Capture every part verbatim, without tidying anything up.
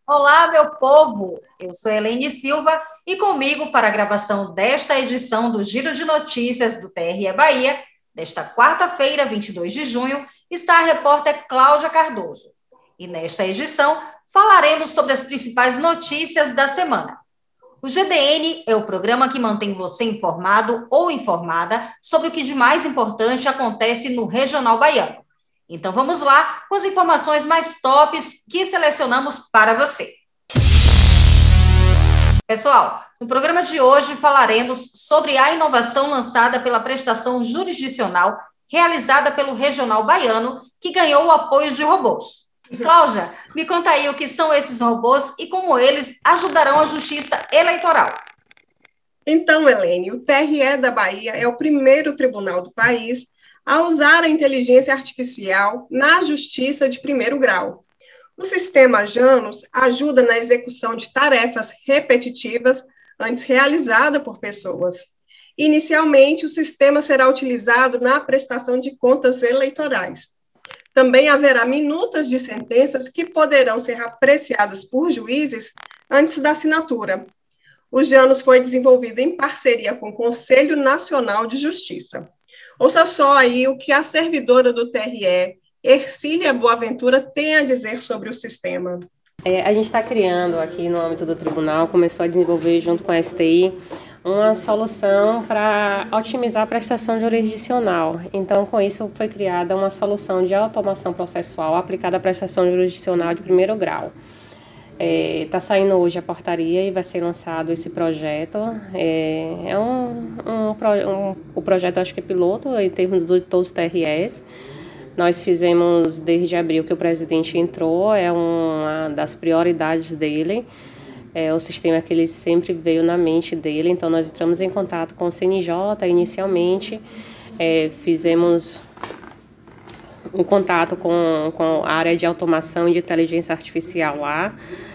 Olá, meu povo! Eu sou Helene Silva e comigo para a gravação desta edição do Giro de Notícias do T R E Bahia, desta quarta-feira, vinte e dois de junho, está a repórter Cláudia Cardoso. E nesta edição falaremos sobre as principais notícias da semana. O G D N é o programa que mantém você informado ou informada sobre o que de mais importante acontece no Regional Baiano. Então vamos lá com as informações mais tops que selecionamos para você. Pessoal, no programa de hoje falaremos sobre a inovação lançada pela prestação jurisdicional realizada pelo Regional Baiano, que ganhou o apoio de robôs. Cláudia, me conta aí o que são esses robôs e como eles ajudarão a justiça eleitoral. Então, Helene, o T R E da Bahia é o primeiro tribunal do país a usar a inteligência artificial na justiça de primeiro grau. O sistema Janus ajuda na execução de tarefas repetitivas antes realizada por pessoas. Inicialmente, o sistema será utilizado na prestação de contas eleitorais. Também haverá minutas de sentenças que poderão ser apreciadas por juízes antes da assinatura. O Janus foi desenvolvido em parceria com o Conselho Nacional de Justiça. Ouça só aí o que a servidora do T R E, Ercília Boaventura, tem a dizer sobre o sistema. É, a gente está criando aqui no âmbito do tribunal, começou a desenvolver junto com a S T I, uma solução para otimizar a prestação jurisdicional. Então, com isso, foi criada uma solução de automação processual aplicada à prestação jurisdicional de primeiro grau. Está é, saindo hoje a portaria e vai ser lançado esse projeto. É, é um, um, um, o projeto, acho que é piloto em termos de todos os T R Es. Nós fizemos desde abril que o presidente entrou, é uma das prioridades dele, é o sistema que ele sempre veio na mente dele. Então, nós entramos em contato com o C N J inicialmente, é, fizemos um contato com, com a área de automação e de inteligência artificial lá.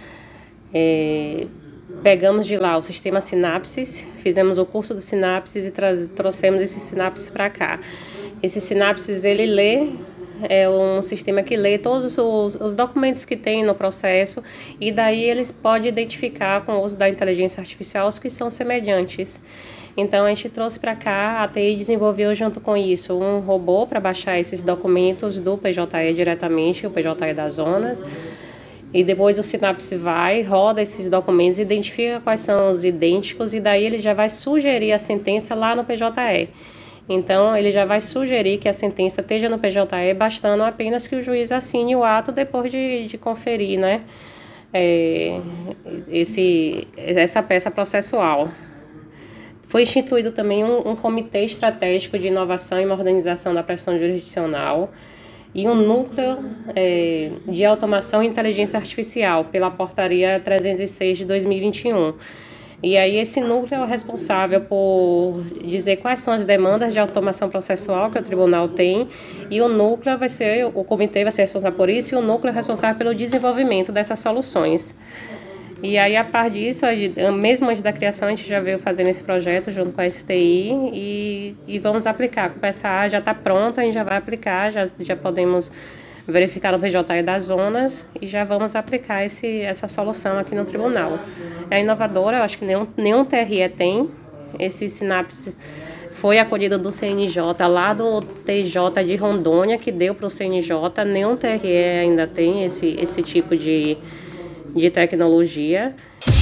É, pegamos de lá o sistema Sinapses, fizemos o curso do Sinapses e trouxemos esse Sinapses para cá. Esse Sinapses, ele lê, é um sistema que lê todos os, os documentos que tem no processo e daí eles podem identificar com o uso da inteligência artificial os que são semelhantes. Então, a gente trouxe para cá, a T I desenvolveu junto com isso um robô para baixar esses documentos do P J E diretamente, o P J E das zonas. E depois o Sinapse vai, roda esses documentos, identifica quais são os idênticos e daí ele já vai sugerir a sentença lá no P J E. Então, ele já vai sugerir que a sentença esteja no P J E, bastando apenas que o juiz assine o ato depois de, de conferir, né, é, esse, essa peça processual. Foi instituído também um, um comitê estratégico de inovação e modernização da prestação jurisdicional e um núcleo é, de automação e inteligência artificial pela portaria trezentos e seis de dois mil e vinte e um. E aí esse núcleo é o responsável por dizer quais são as demandas de automação processual que o tribunal tem e o núcleo vai ser, o comitê vai ser responsável por isso e o núcleo é responsável pelo desenvolvimento dessas soluções. E aí, a par disso, mesmo antes da criação, a gente já veio fazendo esse projeto junto com a S T I e, e vamos aplicar. Como essa A já está pronta, a gente já vai aplicar, já, já podemos verificar no P J E das zonas e já vamos aplicar esse, essa solução aqui no tribunal. É inovadora, eu acho que nenhum, nenhum T R E tem. Esse Sinapse foi acolhido do C N J, lá do T J de Rondônia, que deu para o C N J. Nenhum T R E ainda tem esse, esse tipo de... de tecnologia.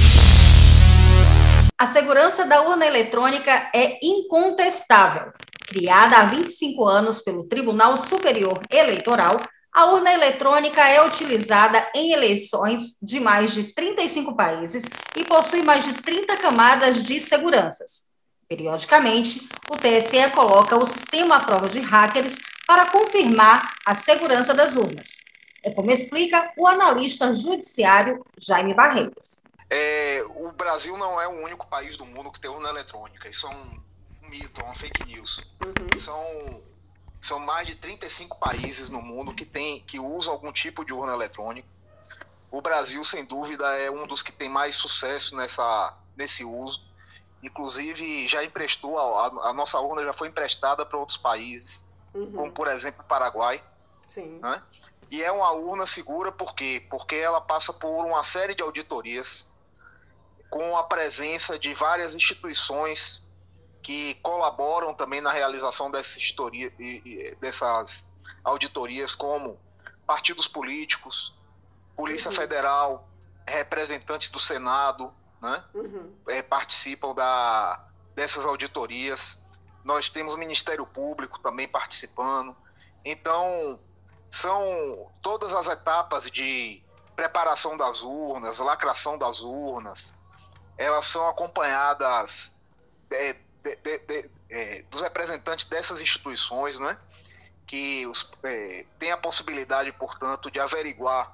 A segurança da urna eletrônica é incontestável. Criada há vinte e cinco anos pelo Tribunal Superior Eleitoral, a urna eletrônica é utilizada em eleições de mais de trinta e cinco países e possui mais de trinta camadas de seguranças. Periodicamente, o T S E coloca o sistema à prova de hackers para confirmar a segurança das urnas. É como explica o analista judiciário Jaime Barreiros. É, o Brasil não é o único país do mundo que tem urna eletrônica. Isso é um, um mito, é uma fake news. Uhum. São, são mais de trinta e cinco países no mundo que, tem, que usam algum tipo de urna eletrônica. O Brasil, sem dúvida, é um dos que tem mais sucesso nessa, nesse uso. Inclusive, já emprestou, a, a nossa urna já foi emprestada para outros países, uhum. como, por exemplo, o Paraguai. Sim. Né? E é uma urna segura por quê? Porque ela passa por uma série de auditorias, com a presença de várias instituições que colaboram também na realização dessas, historia, dessas auditorias, como partidos políticos, Polícia uhum. Federal, representantes do Senado, né? Uhum. é, participam da, dessas auditorias. Nós temos o Ministério Público também participando. Então, são todas as etapas de preparação das urnas, lacração das urnas, elas são acompanhadas de, de, de, de, é, dos representantes dessas instituições, né? que os, é, têm a possibilidade, portanto, de averiguar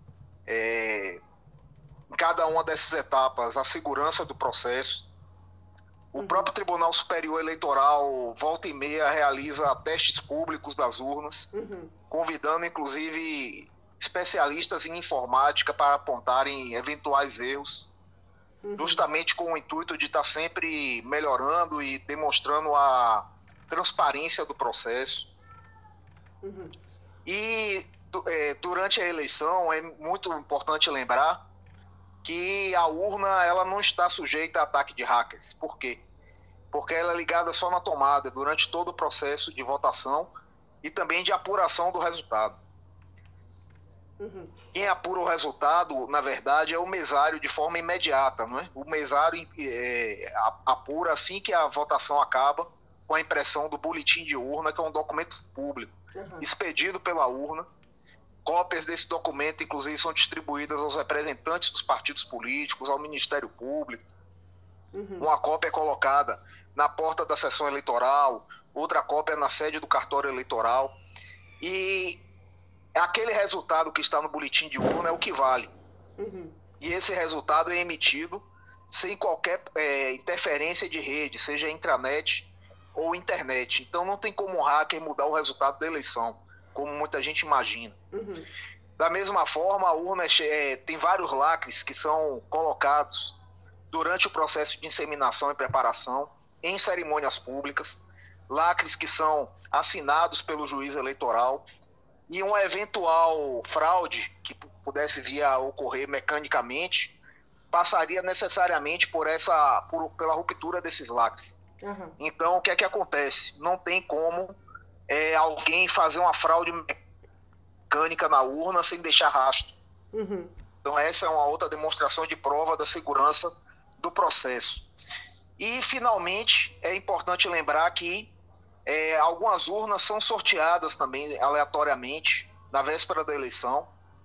é, em cada uma dessas etapas a segurança do processo. O uhum. próprio Tribunal Superior Eleitoral, volta e meia, realiza testes públicos das urnas, uhum. convidando, inclusive, especialistas em informática para apontarem eventuais erros, uhum. justamente com o intuito de estar sempre melhorando e demonstrando a transparência do processo. Uhum. E é, durante a eleição é muito importante lembrar que a urna ela não está sujeita a ataque de hackers. Por quê? Porque ela é ligada só na tomada durante todo o processo de votação e também de apuração do resultado. Uhum. Quem apura o resultado, na verdade, é o mesário de forma imediata, não é? O mesário é, apura assim que a votação acaba, com a impressão do boletim de urna, que é um documento público, uhum. expedido pela urna. Cópias desse documento, inclusive, são distribuídas aos representantes dos partidos políticos, ao Ministério Público. Uhum. Uma cópia é colocada na porta da sessão eleitoral, outra cópia na sede do cartório eleitoral. E aquele resultado que está no boletim de urna é o que vale. Uhum. E esse resultado é emitido sem qualquer é, interferência de rede, seja intranet ou internet. Então não tem como um hacker mudar o resultado da eleição, como muita gente imagina. Uhum. Da mesma forma, a urna é, tem vários lacres que são colocados durante o processo de inseminação e preparação, em cerimônias públicas, lacres que são assinados pelo juiz eleitoral, e uma eventual fraude que pudesse vir a ocorrer mecanicamente passaria necessariamente por essa, por, pela ruptura desses lacres. Uhum. Então, o que é que acontece? Não tem como é, alguém fazer uma fraude mecânica na urna sem deixar rastro. Uhum. Então, essa é uma outra demonstração de prova da segurança do processo. E, finalmente, é importante lembrar que É, algumas urnas são sorteadas também aleatoriamente na véspera da eleição,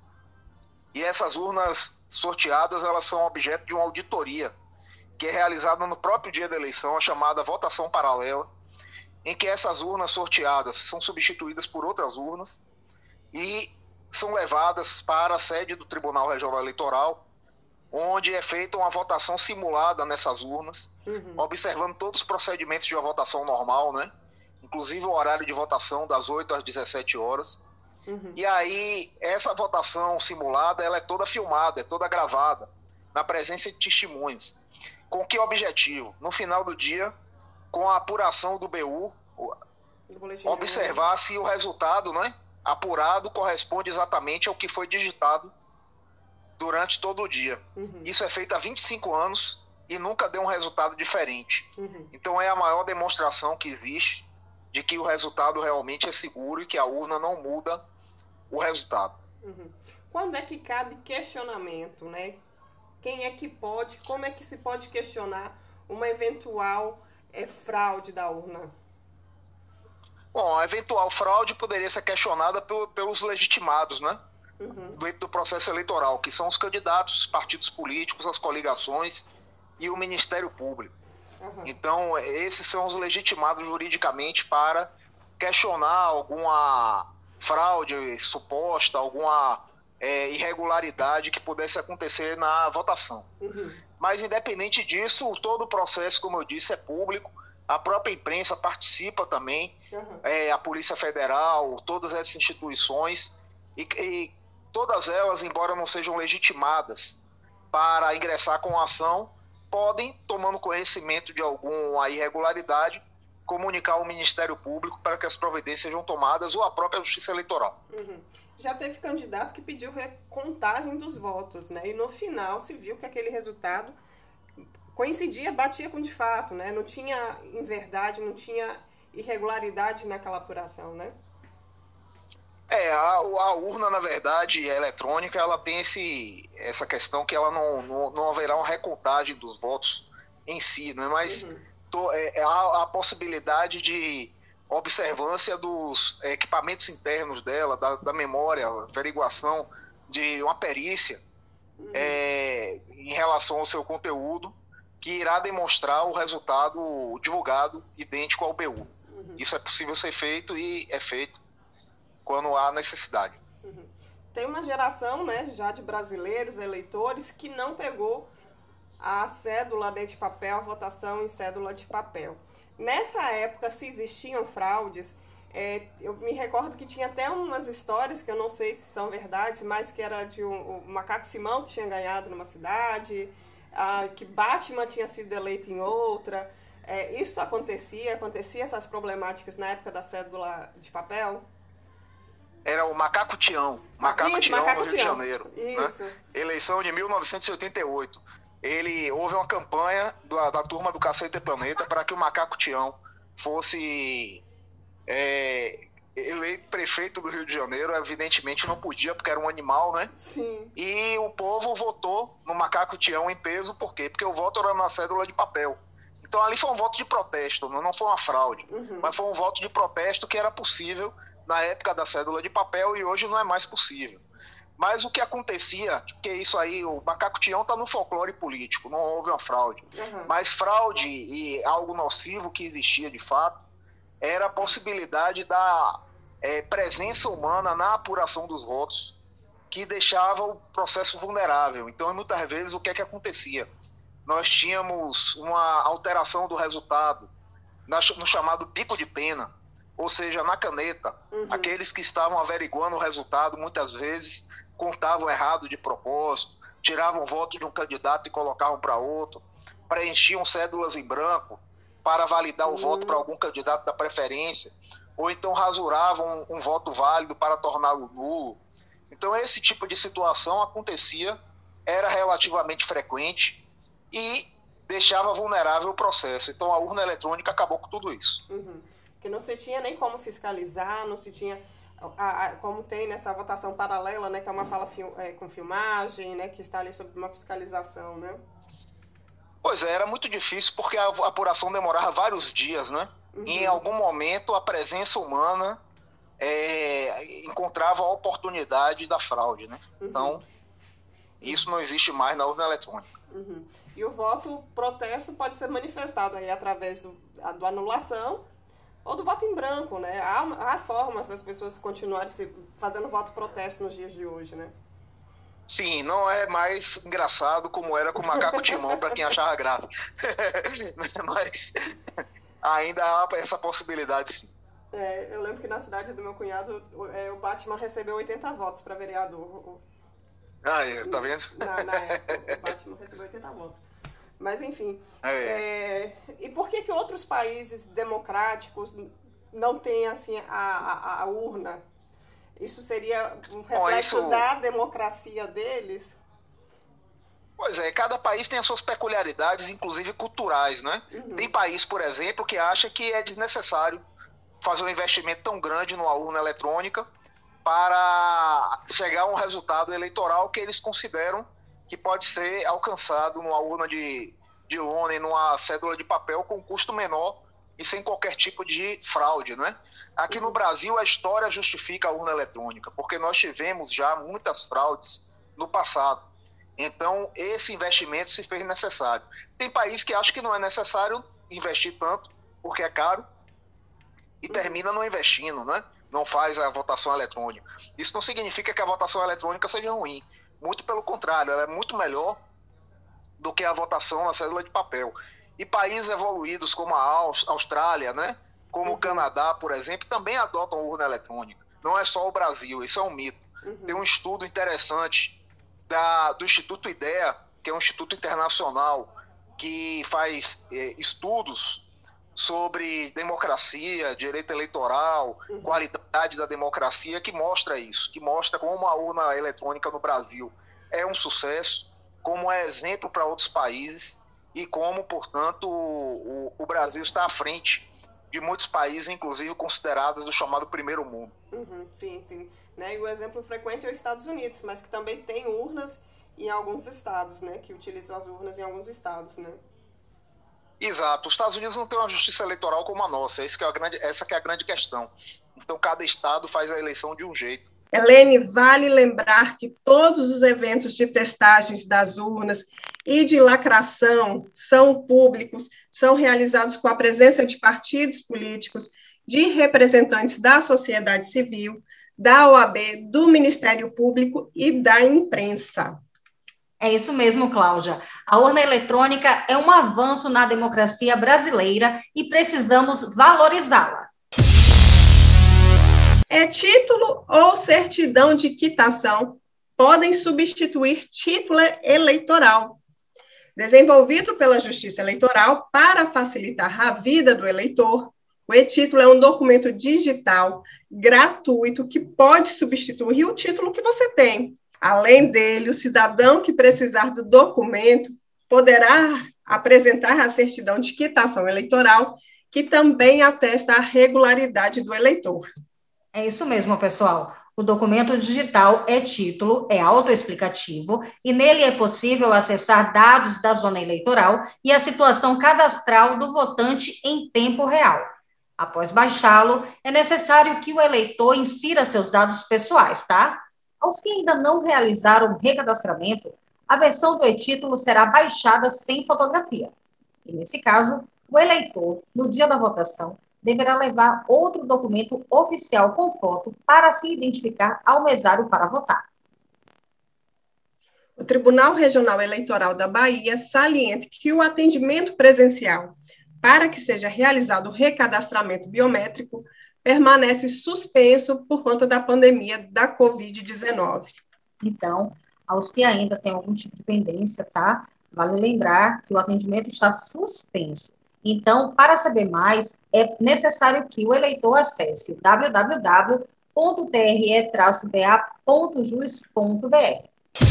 e essas urnas sorteadas elas são objeto de uma auditoria que é realizada no próprio dia da eleição, a chamada votação paralela, em que essas urnas sorteadas são substituídas por outras urnas e são levadas para a sede do Tribunal Regional Eleitoral, onde é feita uma votação simulada nessas urnas, uhum. observando todos os procedimentos de uma votação normal, né? Inclusive o horário de votação das oito às dezessete horas. Uhum. E aí, essa votação simulada, ela é toda filmada, é toda gravada, na presença de testemunhas. Com que objetivo? No final do dia, com a apuração do B U, observar se o resultado, né, apurado corresponde exatamente ao que foi digitado durante todo o dia. Uhum. Isso é feito há vinte e cinco anos e nunca deu um resultado diferente. Uhum. Então é a maior demonstração que existe de que o resultado realmente é seguro e que a urna não muda o resultado. Uhum. Quando é que cabe questionamento, né? Quem é que pode, como é que se pode questionar uma eventual é, fraude da urna? Bom, a eventual fraude poderia ser questionada pelo, pelos legitimados, né? Uhum. Dentro do processo eleitoral, que são os candidatos, os partidos políticos, as coligações e o Ministério Público. Uhum. Então, esses são os legitimados juridicamente para questionar alguma fraude suposta, alguma é, irregularidade que pudesse acontecer na votação. Uhum. Mas, independente disso, todo o processo, como eu disse, é público. A própria imprensa participa também, uhum. é, a Polícia Federal, todas essas instituições, e, e todas elas, embora não sejam legitimadas para ingressar com a ação, podem, tomando conhecimento de alguma irregularidade, comunicar ao Ministério Público para que as providências sejam tomadas ou a própria Justiça Eleitoral. Uhum. Já teve candidato que pediu recontagem dos votos, né? E no final se viu que aquele resultado coincidia, batia com de fato, né? Não tinha inverdade, não tinha irregularidade naquela apuração, né? É, a, a urna, na verdade, a eletrônica, ela tem esse, essa questão que ela não, não, não haverá uma recontagem dos votos em si, né? Mas uhum. to, é, há a possibilidade de observância dos equipamentos internos dela, da, da memória, averiguação de uma perícia uhum. é, em relação ao seu conteúdo, que irá demonstrar o resultado divulgado idêntico ao B U. Uhum. Isso é possível ser feito e é feito quando há necessidade. Uhum. Tem uma geração, né, já de brasileiros, eleitores, que não pegou a cédula de papel, a votação em cédula de papel. Nessa época, se existiam fraudes, é, eu me recordo que tinha até umas histórias, que eu não sei se são verdades, mas que era de um, o Macaco Simão que tinha ganhado numa cidade, ah, que Batman tinha sido eleito em outra. É, isso acontecia? Acontecia essas problemáticas na época da cédula de papel? Era o Macaco Tião, Macaco Isso, Tião Macaco no Rio Tião. de Janeiro. Isso. Né? Eleição de mil novecentos e oitenta e oito. Ele houve uma campanha da, da turma do Cacete Planeta para que o Macaco Tião fosse é, eleito prefeito do Rio de Janeiro. Evidentemente não podia, porque era um animal, né? Sim. E o povo votou no Macaco Tião em peso, por quê? Porque o voto era na cédula de papel. Então ali foi um voto de protesto, não foi uma fraude, uhum. mas foi um voto de protesto que era possível na época da cédula de papel e hoje não é mais possível. Mas o que acontecia, que isso aí, o Macaco Tião está no folclore político, não houve uma fraude. Uhum. Mas fraude e algo nocivo que existia de fato era a possibilidade da é, presença humana na apuração dos votos, que deixava o processo vulnerável. Então, muitas vezes, o que é que acontecia? Nós tínhamos uma alteração do resultado no chamado bico de pena, ou seja, na caneta. Uhum. Aqueles que estavam averiguando o resultado, muitas vezes, contavam errado de propósito, tiravam votos de um candidato e colocavam para outro, preenchiam cédulas em branco para validar uhum. o voto para algum candidato da preferência, ou então rasuravam um, um voto válido para torná-lo nulo. Então, esse tipo de situação acontecia, era relativamente frequente e deixava vulnerável o processo. Então, a urna eletrônica acabou com tudo isso. Uhum. Que não se tinha nem como fiscalizar, não se tinha, a, a, como tem nessa votação paralela, né, que é uma sala fil, é, com filmagem, né, que está ali sob uma fiscalização, né? Pois é, era muito difícil porque a apuração demorava vários dias, né? Uhum. E em algum momento a presença humana é, encontrava a oportunidade da fraude, né? Uhum. Então, isso não existe mais na urna eletrônica. Uhum. E o voto protesto pode ser manifestado aí através do, a, do anulação ou do voto em branco, né? Há, há formas das pessoas continuarem se, fazendo voto protesto nos dias de hoje, né? Sim, não é mais engraçado como era com o Macaco Timão, para quem achava graça. Mas ainda há essa possibilidade, sim. É, eu lembro que na cidade do meu cunhado, o, é, o Batman recebeu oitenta votos para vereador. Ah, é, tá vendo? Na, na época, o Batman recebeu oitenta votos. Mas, enfim. É. É, e por que que outros países democráticos não têm, assim, a, a, a urna? Isso seria um reflexo Bom, isso... da democracia deles? Pois é, cada país tem as suas peculiaridades, inclusive culturais, né? Uhum. Tem país, por exemplo, que acha que é desnecessário fazer um investimento tão grande numa urna eletrônica para chegar a um resultado eleitoral que eles consideram que pode ser alcançado numa urna de, de lona e numa cédula de papel com custo menor e sem qualquer tipo de fraude, né? Aqui no Brasil a história justifica a urna eletrônica, porque nós tivemos já muitas fraudes no passado. Então esse investimento se fez necessário. Tem país que acha que não é necessário investir tanto, porque é caro, e termina não investindo, né? Não faz a votação eletrônica. Isso não significa que a votação eletrônica seja ruim. Muito pelo contrário, ela é muito melhor do que a votação na cédula de papel. E países evoluídos como a Austrália, né, como uhum. o Canadá, por exemplo, também adotam urna eletrônica. Não é só o Brasil, isso é um mito. Uhum. Tem um estudo interessante da, do Instituto IDEA, que é um instituto internacional que faz eh, estudos sobre democracia, direito eleitoral, uhum. qualidade da democracia, que mostra isso, que mostra como a urna eletrônica no Brasil é um sucesso, como é exemplo para outros países e como, portanto, o, o Brasil está à frente de muitos países, inclusive considerados o chamado primeiro mundo. Uhum, sim, sim. Né? E o exemplo frequente é os Estados Unidos, mas que também tem urnas em alguns estados, né? Que utilizam as urnas em alguns estados, né? Exato. Os Estados Unidos não têm uma justiça eleitoral como a nossa. Essa que é a grande, essa que é a grande questão. Então, cada estado faz a eleição de um jeito. Helene, vale lembrar que todos os eventos de testagens das urnas e de lacração são públicos, são realizados com a presença de partidos políticos, de representantes da sociedade civil, da O A B, do Ministério Público e da imprensa. É isso mesmo, Cláudia. A urna eletrônica é um avanço na democracia brasileira e precisamos valorizá-la. É título ou certidão de quitação podem substituir título eleitoral. Desenvolvido pela Justiça Eleitoral para facilitar a vida do eleitor, o e-título é um documento digital gratuito que pode substituir o título que você tem. Além dele, o cidadão que precisar do documento poderá apresentar a certidão de quitação eleitoral, que também atesta a regularidade do eleitor. É isso mesmo, pessoal. O documento digital e-título é autoexplicativo e nele é possível acessar dados da zona eleitoral e a situação cadastral do votante em tempo real. Após baixá-lo, é necessário que o eleitor insira seus dados pessoais, tá? Aos que ainda não realizaram o recadastramento, a versão do e-título será baixada sem fotografia. E, nesse caso, o eleitor, no dia da votação, deverá levar outro documento oficial com foto para se identificar ao mesário para votar. O Tribunal Regional Eleitoral da Bahia salienta que o atendimento presencial, para que seja realizado o recadastramento biométrico, permanece suspenso por conta da pandemia da covid dezenove. Então, aos que ainda têm algum tipo de pendência, tá? Vale lembrar que o atendimento está suspenso. Então, para saber mais, é necessário que o eleitor acesse w w w ponto t r e traço b a ponto jus ponto b r.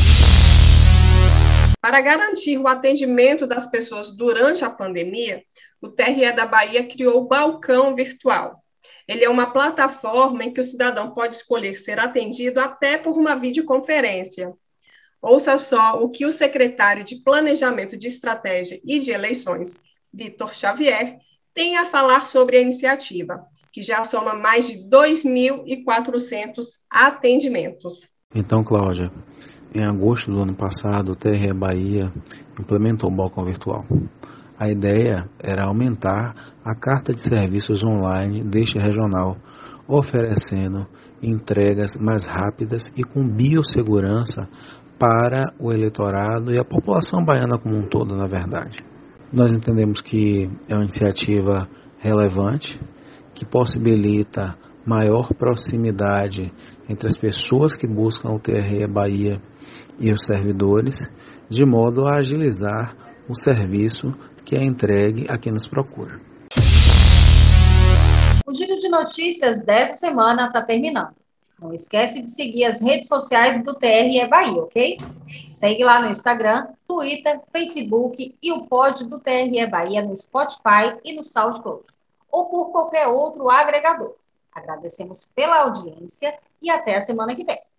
Para garantir o atendimento das pessoas durante a pandemia, o T R E da Bahia criou o Balcão Virtual. Ele é uma plataforma em que o cidadão pode escolher ser atendido até por uma videoconferência. Ouça só o que o secretário de Planejamento de Estratégia e de Eleições, Vitor Xavier, tem a falar sobre a iniciativa, que já soma mais de dois mil e quatrocentos atendimentos. Então, Cláudia, em agosto do ano passado, o T R E Bahia implementou o Balcão Virtual. A ideia era aumentar a carta de serviços online deste regional, oferecendo entregas mais rápidas e com biossegurança para o eleitorado e a população baiana como um todo, na verdade. Nós entendemos que é uma iniciativa relevante, que possibilita maior proximidade entre as pessoas que buscam o T R E Bahia e os servidores, de modo a agilizar o serviço que é entregue a quem nos procura. O Giro de Notícias dessa semana está terminando. Não esquece de seguir as redes sociais do T R E Bahia, ok? Segue lá no Instagram, Twitter, Facebook e o pod do T R E Bahia no Spotify e no SoundCloud, ou por qualquer outro agregador. Agradecemos pela audiência e até a semana que vem.